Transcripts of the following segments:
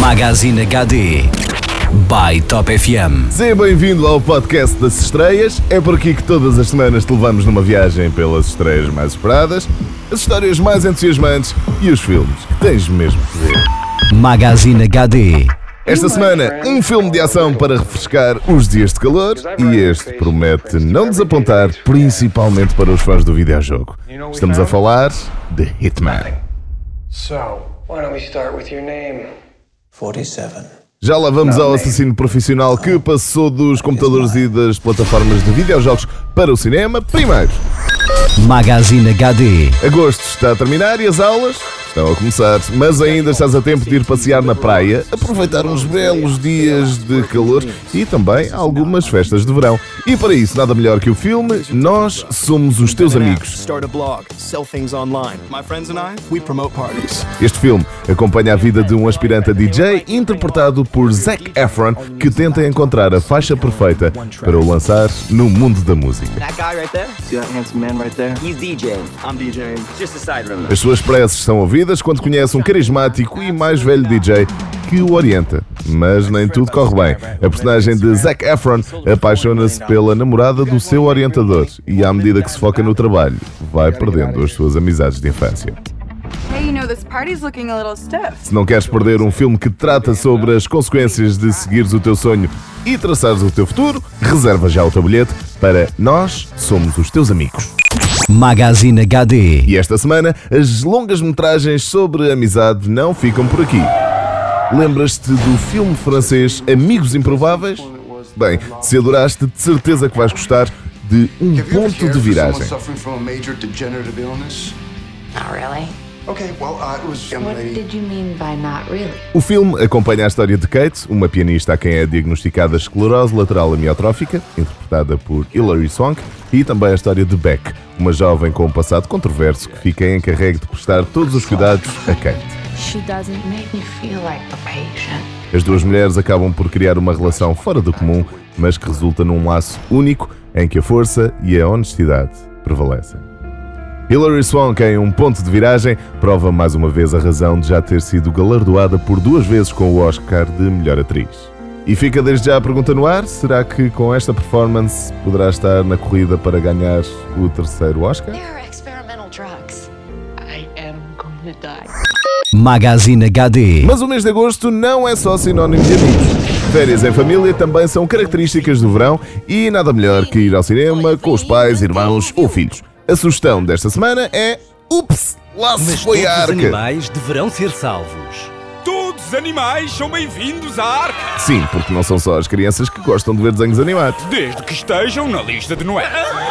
Magazine HD by Top FM. Seja bem-vindo ao podcast das estreias. É por aqui que todas as semanas te levamos numa viagem pelas estreias mais esperadas, as histórias mais entusiasmantes e os filmes que tens mesmo que ver. Magazine HD. Esta semana, um filme de ação para refrescar os dias de calor, e este promete não desapontar, principalmente para os fãs do videojogo. Estamos a falar de Hitman. So, why don't we start with your name? 47. Já lá vamos ao assassino profissional que passou dos computadores e das plataformas de videojogos para o cinema. Primeiro, Magazine HD. agosto está a terminar e as aulas estão a começar, mas ainda estás a tempo de ir passear na praia, aproveitar uns belos dias de calor e também algumas festas de verão. E para isso, nada melhor que o filme Nós Somos os Teus Amigos. Start a blog, sell things online. My friends and I, we promote parties. Este filme acompanha a vida de um aspirante a DJ interpretado por Zac Efron, que tenta encontrar a faixa perfeita para o lançar no mundo da música. That guy right there? See that handsome man right there? He's DJing. I'm DJing. Just a side room. As suas preces são ouvidas quando conhece um carismático e mais velho DJ que o orienta, mas nem tudo corre bem. A personagem de Zac Efron apaixona-se pela namorada do seu orientador e, à medida que se foca no trabalho, vai perdendo as suas amizades de infância. Hey, you know, this party's looking a little stiff. Se não queres perder um filme que trata sobre as consequências de seguires o teu sonho e traçares o teu futuro, reserva já o teu bilhete para Nós Somos os Teus Amigos. Magazine HD. E esta semana, as longas metragens sobre amizade não ficam por aqui. Lembras-te do filme francês Amigos Improváveis? Bem, se adoraste, de certeza que vais gostar de Um Ponto de Viragem. Not really. Okay, well, it was young What lady. did you mean by not really? O filme acompanha a história de Kate, uma pianista a quem é diagnosticada esclerose lateral amiotrófica, interpretada por Hilary Swank, e também a história de Beck, uma jovem com um passado controverso que fica encarregue de prestar todos os cuidados a Kate. She doesn't make me feel like a patient. As duas mulheres acabam por criar uma relação fora do comum, mas que resulta num laço único em que a força e a honestidade prevalecem. Hilary Swank, em Um Ponto de Viragem, prova mais uma vez a razão de já ter sido galardoada por 2 vezes com o Oscar de Melhor Atriz. E fica desde já a pergunta no ar: será que com esta performance poderá estar na corrida para ganhar o 3º Oscar? There are experimental drugs. I am going to die. Magazine HD. Mas o mês de agosto não é só sinónimo de amigos. Férias em família também são características do verão e nada melhor que ir ao cinema com os pais, irmãos ou filhos. A sugestão desta semana é Ups! Lá se foi a Todos os arca! animais deverão ser salvos. Todos os animais são bem-vindos à arca, Sim, porque não são só as crianças que gostam de ver desenhos animados. desde que estejam na lista de Noé.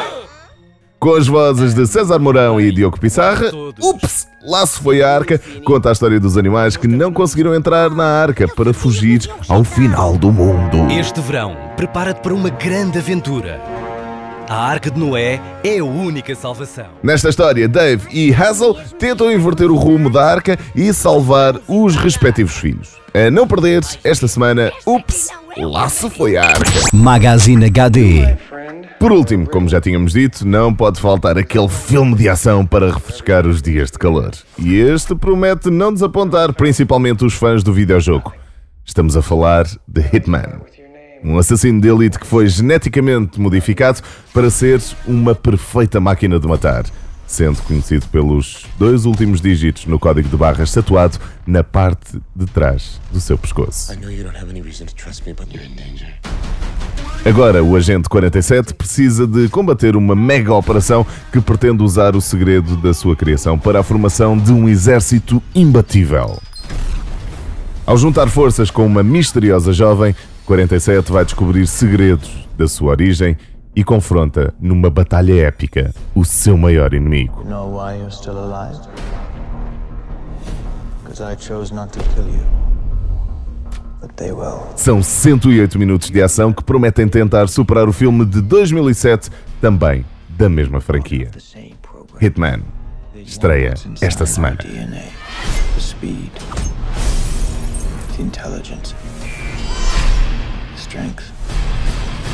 Com as vozes de César Mourão e Diogo Pissarra, Ups! Lá se foi a arca, conta a história dos animais que não conseguiram entrar na arca para fugir ao final do mundo. Este verão, prepara-te para uma grande aventura. A Arca de Noé é a única salvação. Nesta história, Dave e Hazel tentam inverter o rumo da arca e salvar os respectivos filhos. A não perderes, esta semana, Ups! Lá se foi a arca. Magazine HD. Friend? Por último, como já tínhamos dito, não pode faltar aquele filme de ação para refrescar os dias de calor. E este promete não desapontar, principalmente os fãs do videojogo. Estamos a falar de Hitman. Um assassino de elite que foi geneticamente modificado para ser uma perfeita máquina de matar, sendo conhecido pelos 2 últimos dígitos no código de barras tatuado na parte de trás do seu pescoço. Agora, o Agente 47 precisa de combater uma mega operação que pretende usar o segredo da sua criação para a formação de um exército imbatível. Ao juntar forças com uma misteriosa jovem, 47 vai descobrir segredos da sua origem e confronta, numa batalha épica, o seu maior inimigo. You know why you're still alive? Because I chose not to kill you. But they will. São 108 minutos de ação que prometem tentar superar o filme de 2007, também da mesma franquia. The same program. Hitman estreia esta semana. DNA. The speed. The intelligence. The strength.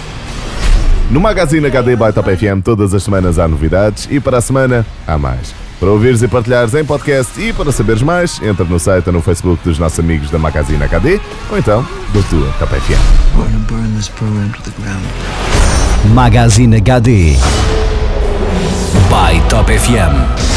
No Magazine HD by Top FM todas as semanas há novidades e para a semana há mais. Para ouvires e partilhares em podcast e para saberes mais, entra no site ou no Facebook dos nossos amigos da Magazine HD ou então da tua Top FM. Magazine HD by Top FM.